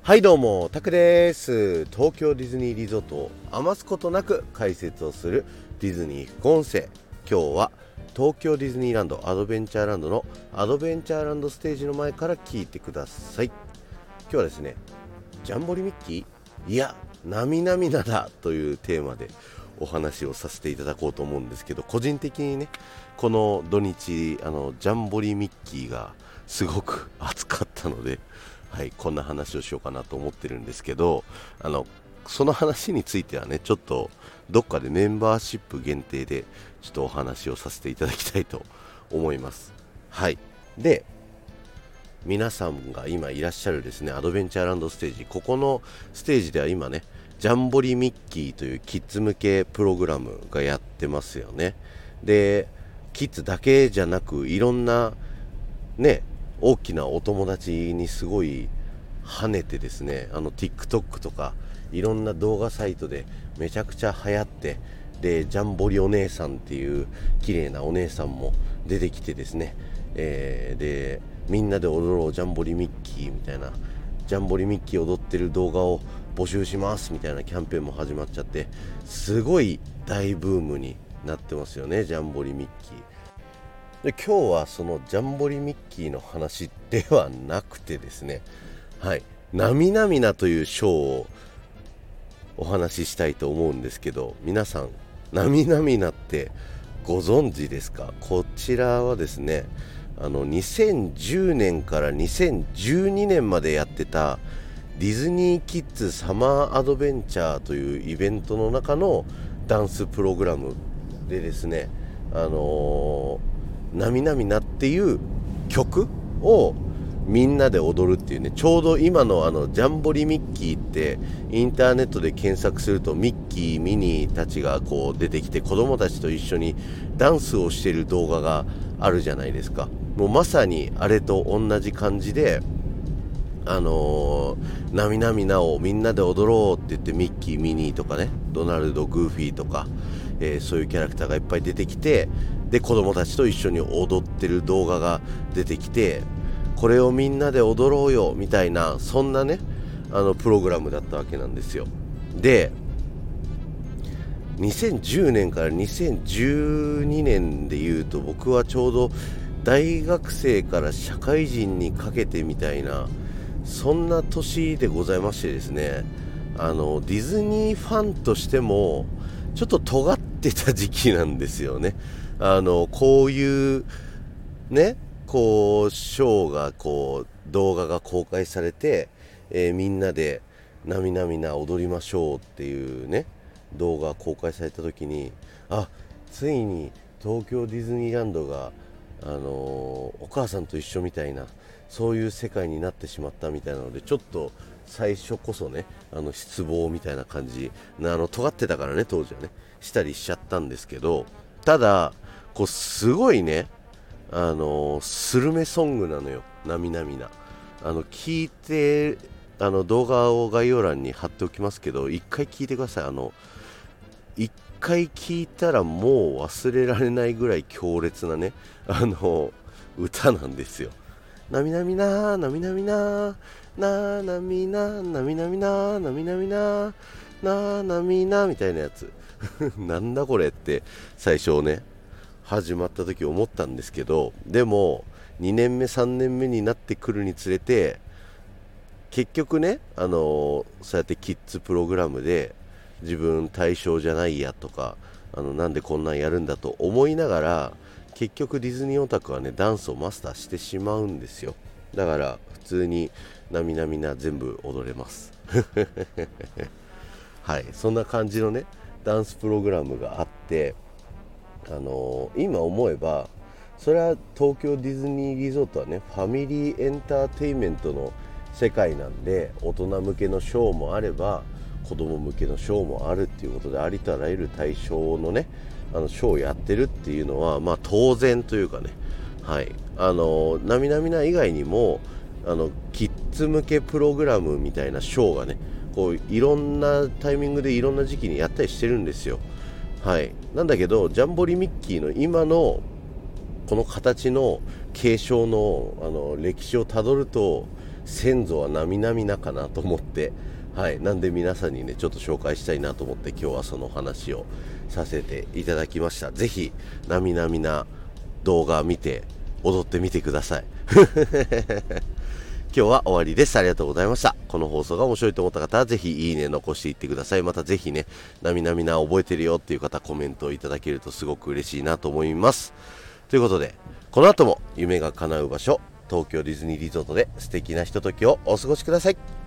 はいどうも、タクです。東京ディズニーリゾートを余すことなく解説をするディズニー副音声。今日は東京ディズニーランドアドベンチャーランドのアドベンチャーランドステージの前から聞いてください。今日はですね、ジャンボリミッキー？いや、なみなみなだというテーマでお話をさせていただこうと思うんですけど、個人的にね、この土日ジャンボリミッキーがすごく暑かったので、はい、こんな話をしようかなと思ってるんですけど、その話についてはね、ちょっとどっかでメンバーシップ限定でちょっとお話をさせていただきたいと思います。はい。で、皆さんが今いらっしゃるですね、アドベンチャーランドステージ、ここのステージでは今ね、ジャンボリミッキーというキッズ向けプログラムがやってますよね。で、キッズだけじゃなく、いろんなね、大きなお友達にすごい跳ねてですね、TikTok とかいろんな動画サイトでめちゃくちゃ流行って、でジャンボリお姉さんっていう綺麗なお姉さんも出てきてですね、でみんなで踊ろうジャンボリミッキーみたいな、ジャンボリミッキー踊ってる動画を募集しますみたいなキャンペーンも始まっちゃって、すごい大ブームになってますよね、ジャンボリミッキーで。今日はそのジャンボリミッキーの話ではなくてですね、はい、なみなみなというショーをお話ししたいと思うんですけど、皆さんなみなみなってご存知ですか？こちらはですね、2010年から2012年までやってたディズニーキッズサマーアドベンチャーというイベントの中のダンスプログラムでですね、なみなみなっていう曲をみんなで踊るっていうね、ちょうど今のジャンボリミッキーってインターネットで検索するとミッキー、ミニーたちがこう出てきて、子供たちと一緒にダンスをしている動画があるじゃないですか。もうまさにあれと同じ感じで、なみなみなをみんなで踊ろうって言って、ミッキー、ミニーとかね、ドナルド、グーフィーとか、そういうキャラクターがいっぱい出てきて、で子供たちと一緒に踊ってる動画が出てきて、これをみんなで踊ろうよみたいな、そんなねプログラムだったわけなんですよ。で、2010年から2012年でいうと、僕はちょうど大学生から社会人にかけてみたいな、そんな年でございましてですね、ディズニーファンとしてもちょっと尖ってた時期なんですよね。こういうね、こうショーがこう動画が公開されて、みんなでなみなみな踊りましょうっていうね動画が公開された時に、あ、ついに東京ディズニーランドがお母さんと一緒みたいな、そういう世界になってしまったみたいなので、ちょっと最初こそね失望みたいな感じ尖ってたからね、当時はねしたりしちゃったんですけど、ただこうすごいねスルメソングなのよ、なみなみな。聞いて、動画を概要欄に貼っておきますけど、一回聞いてください。一回聞いたらもう忘れられないぐらい強烈なね歌なんですよ。なみなみななみなみなななみななみなみななみなみなななみなみたいなやつなんだこれって最初ね始まった時思ったんですけど、でも2年目3年目になってくるにつれて、結局ねそうやってキッズプログラムで自分対象じゃないやとか、なんでこんなんやるんだと思いながら、結局ディズニーオタクはねダンスをマスターしてしまうんですよ。だから普通になみなみな全部踊れますはい、そんな感じのねダンスプログラムがあって、今思えばそれは東京ディズニーリゾートはねファミリーエンターテインメントの世界なんで、大人向けのショーもあれば子供向けのショーもあるっていうことで、ありとあらゆる対象のねショーをやってるっていうのはまあ当然というかね、はい、なみなみな以外にもキッズ向けプログラムみたいなショーがね、こういろんなタイミングでいろんな時期にやったりしてるんですよ。はい、なんだけどジャンボリミッキーの今のこの形の継承の歴史をたどると、 先祖は並々なかなと思って、はい、なんで皆さんにねちょっと紹介したいなと思って今日はその話をさせていただきました。ぜひ並々な動画見て踊ってみてください今日は終わりです。ありがとうございました。この放送が面白いと思った方はぜひいいね残していってください。またぜひね、並々な覚えてるよっていう方コメントをいただけるとすごく嬉しいなと思います。ということで、この後も夢が叶う場所、東京ディズニーリゾートで素敵なひとときをお過ごしください。